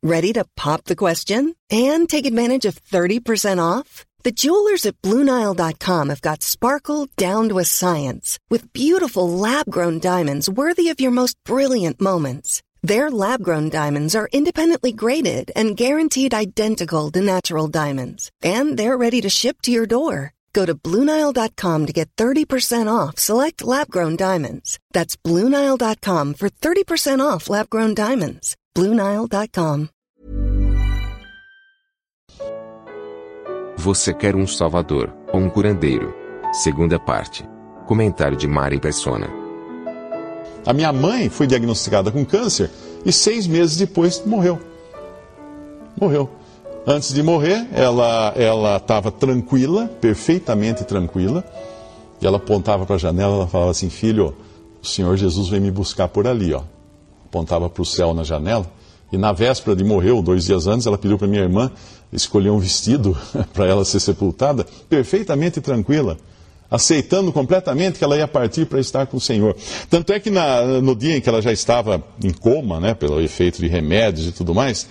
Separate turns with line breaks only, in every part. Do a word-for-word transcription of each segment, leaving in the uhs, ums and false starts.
Ready to pop the question and take advantage of thirty percent off? The jewelers at Blue Nile dot com have got sparkle down to a science with beautiful lab-grown diamonds worthy of your most brilliant moments. Their lab-grown diamonds are independently graded and guaranteed identical to natural diamonds. And they're ready to ship to your door. Go to Blue Nile dot com to get thirty percent off select lab-grown diamonds. That's Blue Nile dot com for thirty percent off lab-grown diamonds. Blue Nile dot com.
Você quer um salvador, ou um curandeiro? Segunda parte. Comentário de Mari Persona.
A minha mãe foi diagnosticada com câncer e seis meses depois morreu. Morreu. Antes de morrer, ela ela estava tranquila, perfeitamente tranquila. E ela apontava para a janela, ela falava assim: filho, o Senhor Jesus vem me buscar por ali, ó. Apontava para o céu na janela. E na véspera de morrer, ou dois dias antes, ela pediu para minha irmã escolher um vestido para ela ser sepultada, perfeitamente tranquila, aceitando completamente que ela ia partir para estar com o Senhor. Tanto é que na, no dia em que ela já estava em coma, né, pelo efeito de remédios e tudo mais,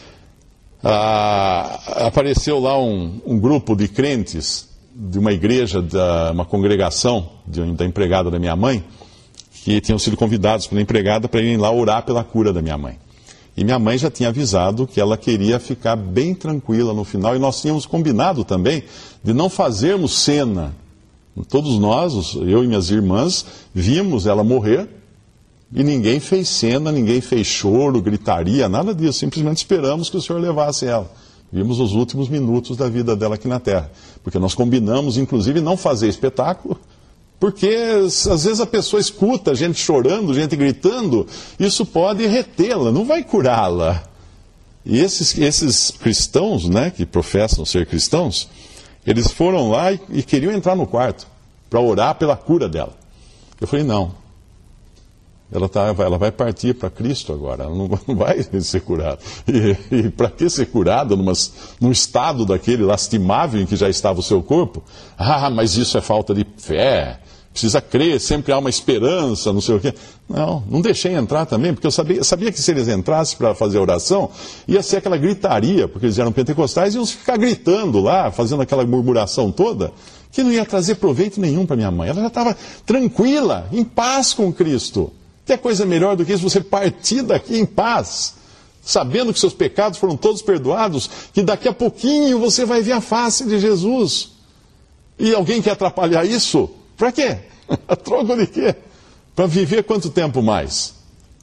ah, apareceu lá um, um grupo de crentes de uma igreja, da, uma congregação de, da empregada da minha mãe, que tinham sido convidados pela empregada para irem lá orar pela cura da minha mãe. E minha mãe já tinha avisado que ela queria ficar bem tranquila no final, e nós tínhamos combinado também de não fazermos cena. Todos nós, eu e minhas irmãs, vimos ela morrer e ninguém fez cena, ninguém fez choro, gritaria, nada disso. Simplesmente esperamos que o Senhor levasse ela. Vimos os últimos minutos da vida dela aqui na Terra. Porque nós combinamos, inclusive, não fazer espetáculo, porque às vezes a pessoa escuta gente chorando, gente gritando, isso pode retê-la, não vai curá-la. E esses, esses cristãos, né, que professam ser cristãos, eles foram lá e, e queriam entrar no quarto para orar pela cura dela. Eu falei, não, ela, tá, ela vai partir para Cristo agora, ela não, não vai ser curada. E, e para que ser curada numa, num estado daquele lastimável em que já estava o seu corpo? Ah, mas isso é falta de fé. Precisa crer, sempre há uma esperança, não sei o quê. Não, não deixei entrar também, porque eu sabia, sabia que se eles entrassem para fazer oração, ia ser aquela gritaria, porque eles eram pentecostais e iam ficar gritando lá, fazendo aquela murmuração toda, que não ia trazer proveito nenhum para minha mãe. Ela já estava tranquila, em paz com Cristo. Que coisa melhor do que isso, você partir daqui em paz, sabendo que seus pecados foram todos perdoados, que daqui a pouquinho você vai ver a face de Jesus. E alguém quer atrapalhar isso? Para quê? A troco de quê? Para viver quanto tempo mais?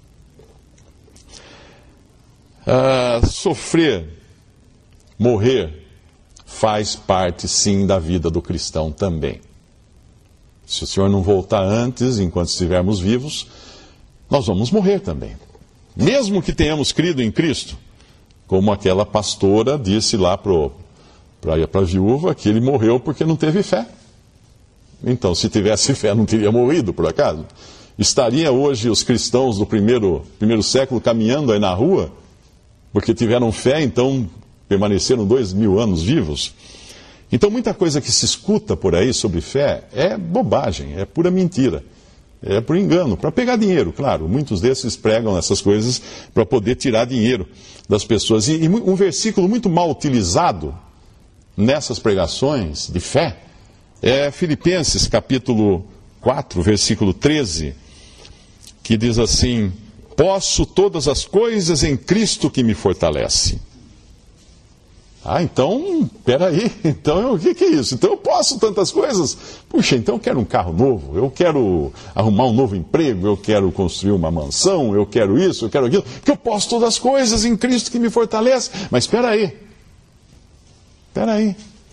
Ah, sofrer, morrer, faz parte sim da vida do cristão também. Se o Senhor não voltar antes, enquanto estivermos vivos, nós vamos morrer também. Mesmo que tenhamos crido em Cristo, como aquela pastora disse lá para a viúva que ele morreu porque não teve fé. Então, se tivesse fé, não teria morrido, por acaso? Estaria hoje os cristãos do primeiro, primeiro século caminhando aí na rua, porque tiveram fé, então permaneceram dois mil anos vivos? Então, muita coisa que se escuta por aí sobre fé é bobagem, é pura mentira, é por engano, para pegar dinheiro, claro. Muitos desses pregam essas coisas para poder tirar dinheiro das pessoas. E, e um versículo muito mal utilizado nessas pregações de fé é Filipenses capítulo quatro, versículo treze, que diz assim: posso todas as coisas em Cristo que me fortalece. Ah, então, peraí, então o que, que é isso? Então eu posso tantas coisas? Puxa, então eu quero um carro novo, eu quero arrumar um novo emprego, eu quero construir uma mansão, eu quero isso, eu quero aquilo, porque eu posso todas as coisas em Cristo que me fortalece. Mas peraí, peraí.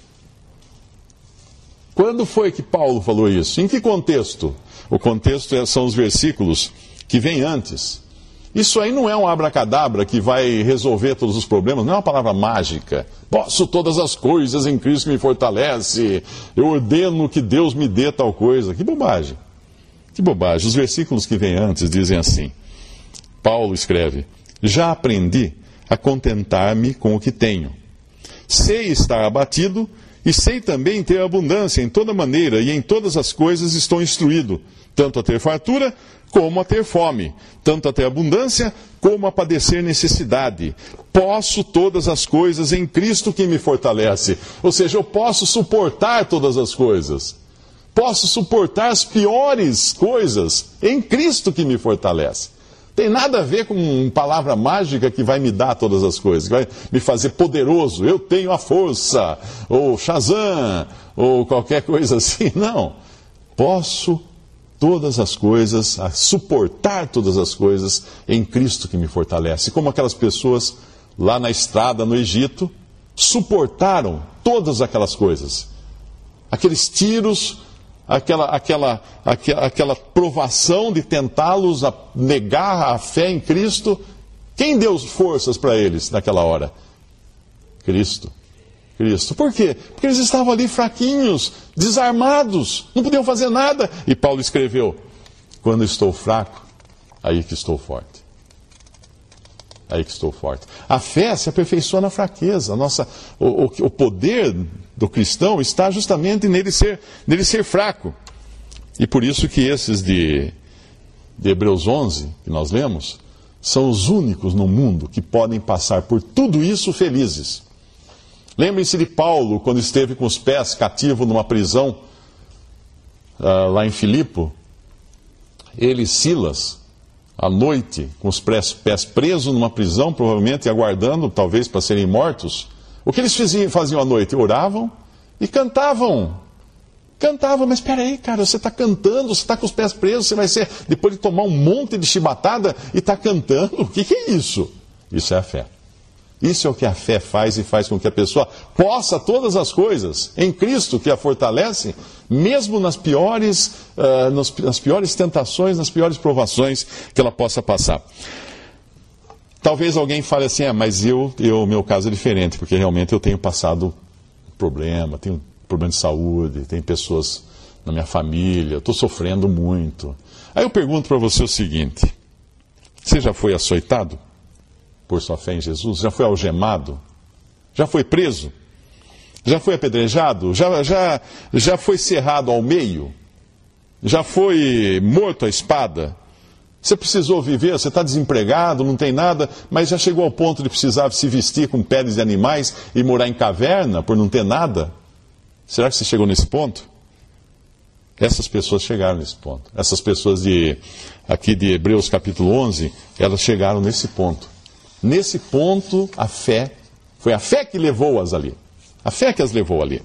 Quando foi que Paulo falou isso? Em que contexto? O contexto são os versículos que vêm antes. Isso aí não é um abracadabra que vai resolver todos os problemas, não é uma palavra mágica. Posso todas as coisas em Cristo que me fortalece, eu ordeno que Deus me dê tal coisa. Que bobagem, que bobagem. Os versículos que vêm antes dizem assim, Paulo escreve: já aprendi a contentar-me com o que tenho. Sei estar abatido e sei também ter abundância em toda maneira, e em todas as coisas estou instruído, tanto a ter fartura como a ter fome, tanto a ter abundância, como a padecer necessidade. Posso todas as coisas em Cristo que me fortalece. Ou seja, eu posso suportar todas as coisas. Posso suportar as piores coisas em Cristo que me fortalece. Tem nada a ver com uma palavra mágica que vai me dar todas as coisas, que vai me fazer poderoso. Eu tenho a força, ou Shazam, ou qualquer coisa assim. Não. Posso todas as coisas, a suportar todas as coisas em Cristo que me fortalece. Como aquelas pessoas lá na estrada no Egito suportaram todas aquelas coisas. Aqueles tiros, aquela, aquela, aquela, aquela provação de tentá-los a negar a fé em Cristo. Quem deu forças para eles naquela hora? Cristo. Cristo. Por quê? Porque eles estavam ali fraquinhos, desarmados, não podiam fazer nada. E Paulo escreveu: quando estou fraco, aí que estou forte. Aí que estou forte. A fé se aperfeiçoa na fraqueza. A nossa, o, o, o poder do cristão está justamente nele ser, nele ser fraco. E por isso que esses de, de Hebreus onze, que nós lemos, são os únicos no mundo que podem passar por tudo isso felizes. Lembrem-se de Paulo, quando esteve com os pés cativo numa prisão, uh, lá em Filipo. Ele e Silas, à noite, com os pés presos numa prisão, provavelmente aguardando, talvez, para serem mortos. O que eles faziam, faziam à noite? Oravam e cantavam. Cantavam, mas espera aí, cara, você está cantando, você está com os pés presos, você vai ser, depois de tomar um monte de chibatada, e está cantando. O que, que é isso? Isso é a fé. Isso é o que a fé faz e faz com que a pessoa possa todas as coisas em Cristo que a fortalece, mesmo nas piores, uh, nas, nas piores tentações, nas piores provações que ela possa passar. Talvez alguém fale assim, ah, mas eu, eu, meu caso é diferente, porque realmente eu tenho passado problema, tenho problema de saúde, tem pessoas na minha família, estou sofrendo muito. Aí eu pergunto para você o seguinte: você já foi açoitado por sua fé em Jesus? Já foi algemado? Já foi preso? Já foi apedrejado? Já, já, já foi cerrado ao meio? Já foi morto à espada? Você precisou viver, você está desempregado, não tem nada, mas já chegou ao ponto de precisar se vestir com peles de animais e morar em caverna por não ter nada? Será que você chegou nesse ponto? Essas pessoas chegaram nesse ponto. Essas pessoas de, aqui de Hebreus capítulo onze, elas chegaram nesse ponto. Nesse ponto, a fé, foi a fé que levou-as ali. A fé que as levou ali.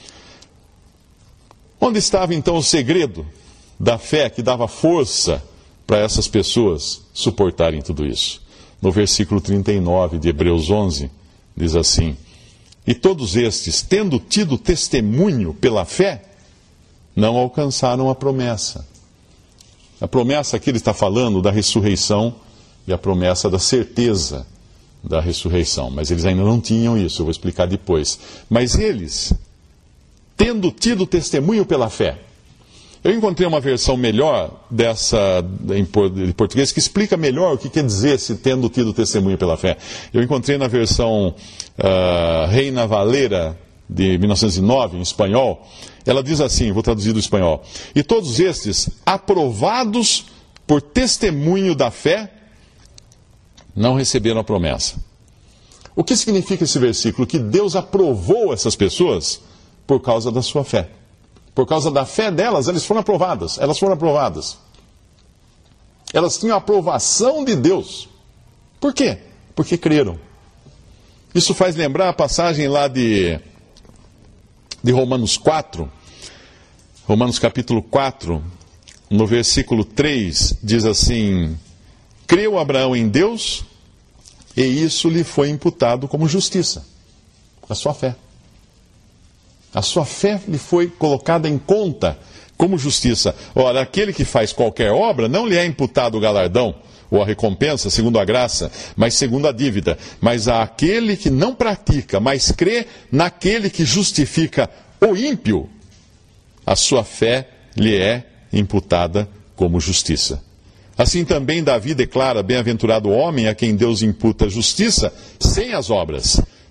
Onde estava então o segredo da fé que dava força para essas pessoas suportarem tudo isso? No versículo trinta e nove de Hebreus onze, diz assim: e todos estes, tendo tido testemunho pela fé, não alcançaram a promessa. A promessa aqui ele está falando da ressurreição e a promessa da certeza da ressurreição. Mas eles ainda não tinham isso, eu vou explicar depois. Mas eles, tendo tido testemunho pela fé. Eu encontrei uma versão melhor dessa, em português, que explica melhor o que quer dizer se tendo tido testemunho pela fé. Eu encontrei na versão uh, Reina Valera, de mil novecentos e nove, em espanhol. Ela diz assim, vou traduzir do espanhol: e todos estes, aprovados por testemunho da fé, não receberam a promessa. O que significa esse versículo? Que Deus aprovou essas pessoas por causa da sua fé. Por causa da fé delas, elas foram aprovadas. Elas foram aprovadas. Elas tinham a aprovação de Deus. Por quê? Porque creram. Isso faz lembrar a passagem lá de, de Romanos quatro. Romanos capítulo quatro, no versículo três, diz assim: creu Abraão em Deus, e isso lhe foi imputado como justiça. A sua fé. A sua fé lhe foi colocada em conta como justiça. Ora, aquele que faz qualquer obra, não lhe é imputado o galardão, ou a recompensa, segundo a graça, mas segundo a dívida. Mas àquele que não pratica, mas crê naquele que justifica o ímpio, a sua fé lhe é imputada como justiça. Assim também Davi declara: bem-aventurado o homem a quem Deus imputa justiça sem as obras.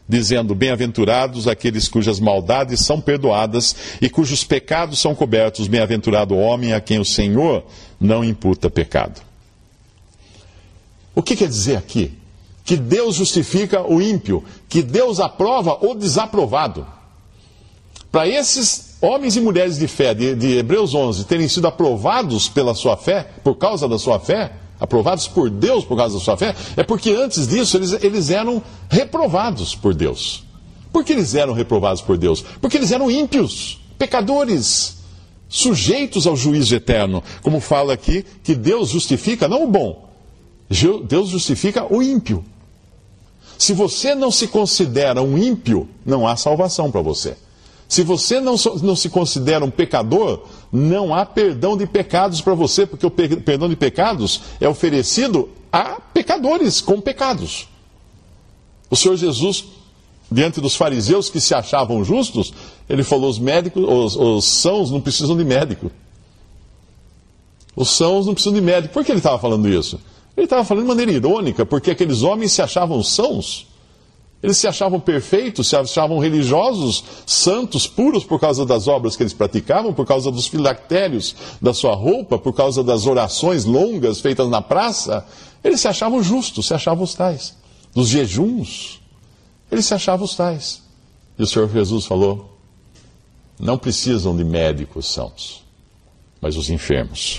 dizendo: bem-aventurados aqueles cujas maldades são perdoadas e cujos pecados são cobertos, bem-aventurado o homem a quem o Senhor não imputa pecado. O que quer dizer aqui? Que Deus justifica o ímpio, que Deus aprova o desaprovado. Para esses homens e mulheres de fé de, de Hebreus onze terem sido aprovados pela sua fé, por causa da sua fé, aprovados por Deus por causa da sua fé, é porque antes disso eles, eles eram reprovados por Deus. Por que eles eram reprovados por Deus? Porque eles eram ímpios, pecadores, sujeitos ao juízo eterno. Como fala aqui, que Deus justifica não o bom, Deus justifica o ímpio. Se você não se considera um ímpio, não há salvação para você. Se você não, não se considera um pecador, não há perdão de pecados para você, porque o pe- perdão de pecados é oferecido a pecadores com pecados. O Senhor Jesus, diante dos fariseus que se achavam justos, ele falou: os médicos, os, os sãos não precisam de médico. Os sãos não precisam de médico. Por que ele estava falando isso? Ele estava falando de maneira irônica, porque aqueles homens se achavam sãos. Eles se achavam perfeitos, se achavam religiosos, santos, puros por causa das obras que eles praticavam, por causa dos filactérios da sua roupa, por causa das orações longas feitas na praça. Eles se achavam justos, se achavam os tais. Dos jejuns, eles se achavam os tais. E o Senhor Jesus falou: não precisam de médicos sãos, mas os enfermos.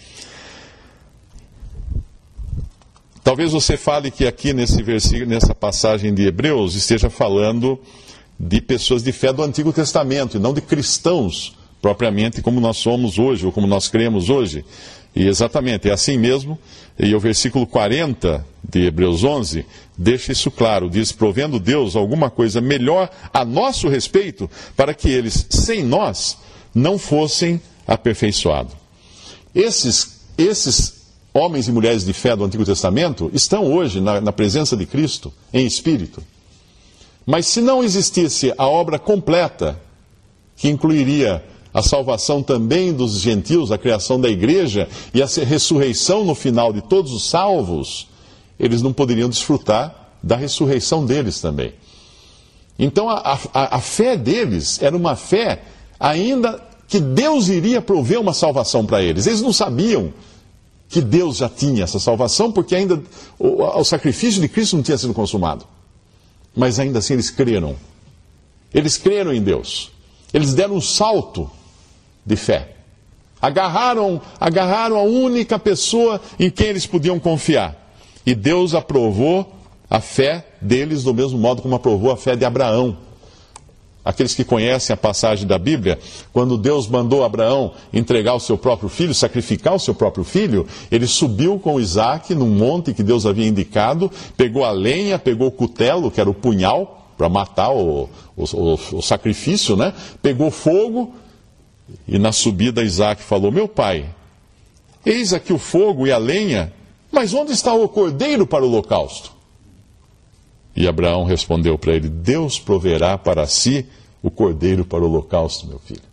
Talvez você fale que aqui nesse versículo, nessa passagem de Hebreus, esteja falando de pessoas de fé do Antigo Testamento, e não de cristãos propriamente como nós somos hoje, ou como nós cremos hoje. E exatamente, é assim mesmo. E o versículo quarenta de Hebreus onze deixa isso claro. Diz: provendo Deus alguma coisa melhor a nosso respeito, para que eles, sem nós, não fossem aperfeiçoados. Esses, esses homens e mulheres de fé do Antigo Testamento estão hoje na, na presença de Cristo, em espírito. Mas se não existisse a obra completa, que incluiria a salvação também dos gentios, a criação da igreja e a ressurreição no final de todos os salvos, eles não poderiam desfrutar da ressurreição deles também. Então a, a, a fé deles era uma fé ainda que Deus iria prover uma salvação para eles. Eles não sabiam que Deus já tinha essa salvação, porque ainda o, o sacrifício de Cristo não tinha sido consumado. Mas ainda assim eles creram. Eles creram em Deus. Eles deram um salto de fé. Agarraram, agarraram a única pessoa em quem eles podiam confiar. E Deus aprovou a fé deles do mesmo modo como aprovou a fé de Abraão. Aqueles que conhecem a passagem da Bíblia, quando Deus mandou Abraão entregar o seu próprio filho, sacrificar o seu próprio filho, ele subiu com Isaac num monte que Deus havia indicado, pegou a lenha, pegou o cutelo, que era o punhal, para matar o, o, o, o sacrifício, né? Pegou fogo, e na subida Isaac falou: meu pai, eis aqui o fogo e a lenha, mas onde está o cordeiro para o holocausto? E Abraão respondeu para ele: Deus proverá para si o cordeiro para o holocausto, meu filho.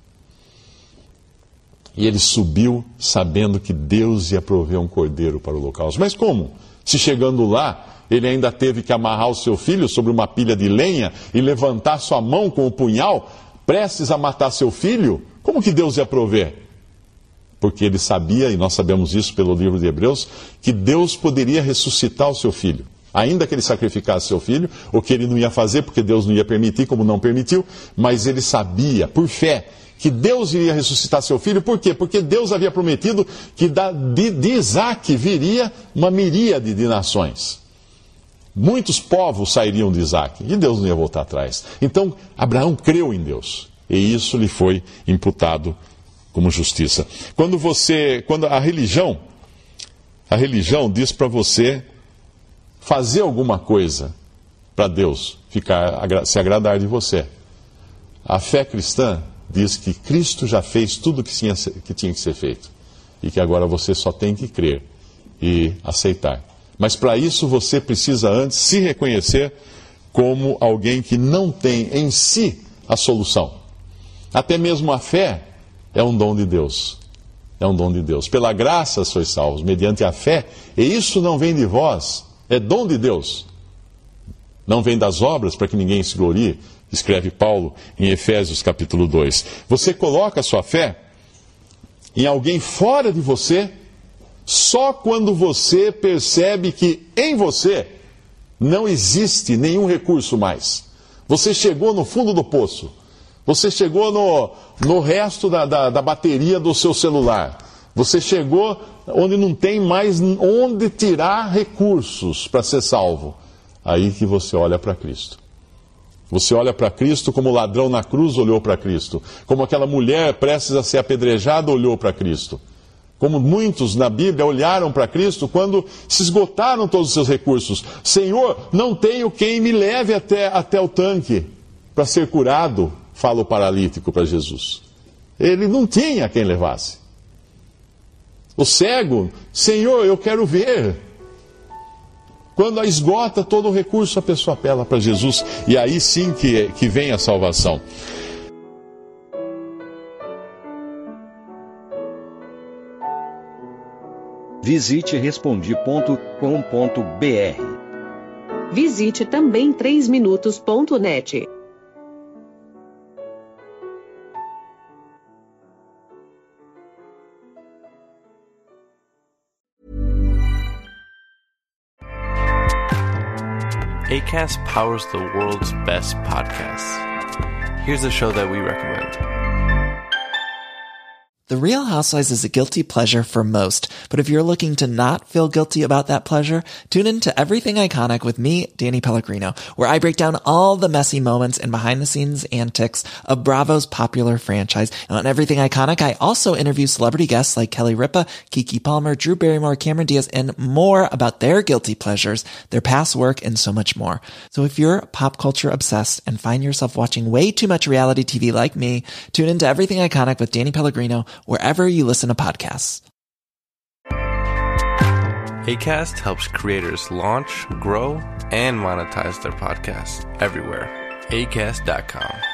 E ele subiu sabendo que Deus ia prover um cordeiro para o holocausto. Mas como? Se chegando lá, ele ainda teve que amarrar o seu filho sobre uma pilha de lenha e levantar sua mão com o punhal, prestes a matar seu filho, como que Deus ia prover? Porque ele sabia, e nós sabemos isso pelo livro de Hebreus, que Deus poderia ressuscitar o seu filho. Ainda que ele sacrificasse seu filho, o que ele não ia fazer, porque Deus não ia permitir, como não permitiu, mas ele sabia, por fé, que Deus iria ressuscitar seu filho. Por quê? Porque Deus havia prometido que da, de, de Isaac viria uma miríade de nações. Muitos povos sairiam de Isaac, e Deus não ia voltar atrás. Então, Abraão creu em Deus, e isso lhe foi imputado como justiça. Quando você, quando a religião, a religião diz para você fazer alguma coisa para Deus ficar, se agradar de você. A fé cristã diz que Cristo já fez tudo o que tinha, que tinha que ser feito. E que agora você só tem que crer e aceitar. Mas para isso você precisa antes se reconhecer como alguém que não tem em si a solução. Até mesmo a fé é um dom de Deus. É um dom de Deus. Pela graça sois salvos, mediante a fé. E isso não vem de vós. É dom de Deus. não vem das obras para que ninguém se glorie, escreve Paulo em Efésios capítulo dois. Você coloca a sua fé em alguém fora de você só quando você percebe que em você não existe nenhum recurso mais. Você chegou no fundo do poço. Você chegou no, no resto da, da, da bateria do seu celular. Você chegou onde não tem mais onde tirar recursos para ser salvo. Aí que você olha para Cristo. Você olha para Cristo como o ladrão na cruz olhou para Cristo. Como aquela mulher prestes a ser apedrejada olhou para Cristo. Como muitos na Bíblia olharam para Cristo quando se esgotaram todos os seus recursos. Senhor, não tenho quem me leve até, até o tanque para ser curado, fala o paralítico para Jesus. Ele não tinha quem levasse. O cego, Senhor, eu quero ver. Quando esgota todo o recurso, a pessoa apela para Jesus. E aí sim que, que vem a salvação.
Visite respondi ponto com ponto br.
Visite também três minutos ponto net.
Acast powers the world's best podcasts. Here's a show that we recommend.
The Real Housewives is a guilty pleasure for most, but if you're looking to not feel guilty about that pleasure, tune in to Everything Iconic with me, Danny Pellegrino, where I break down all the messy moments and behind-the-scenes antics of Bravo's popular franchise. And on Everything Iconic, I also interview celebrity guests like Kelly Ripa, Keke Palmer, Drew Barrymore, Cameron Diaz, and more about their guilty pleasures, their past work, and so much more. So if you're pop culture obsessed and find yourself watching way too much reality T V like me, tune into Everything Iconic with Danny Pellegrino, wherever you listen to podcasts.
Acast helps creators launch, grow, and monetize their podcasts everywhere. Acast dot com.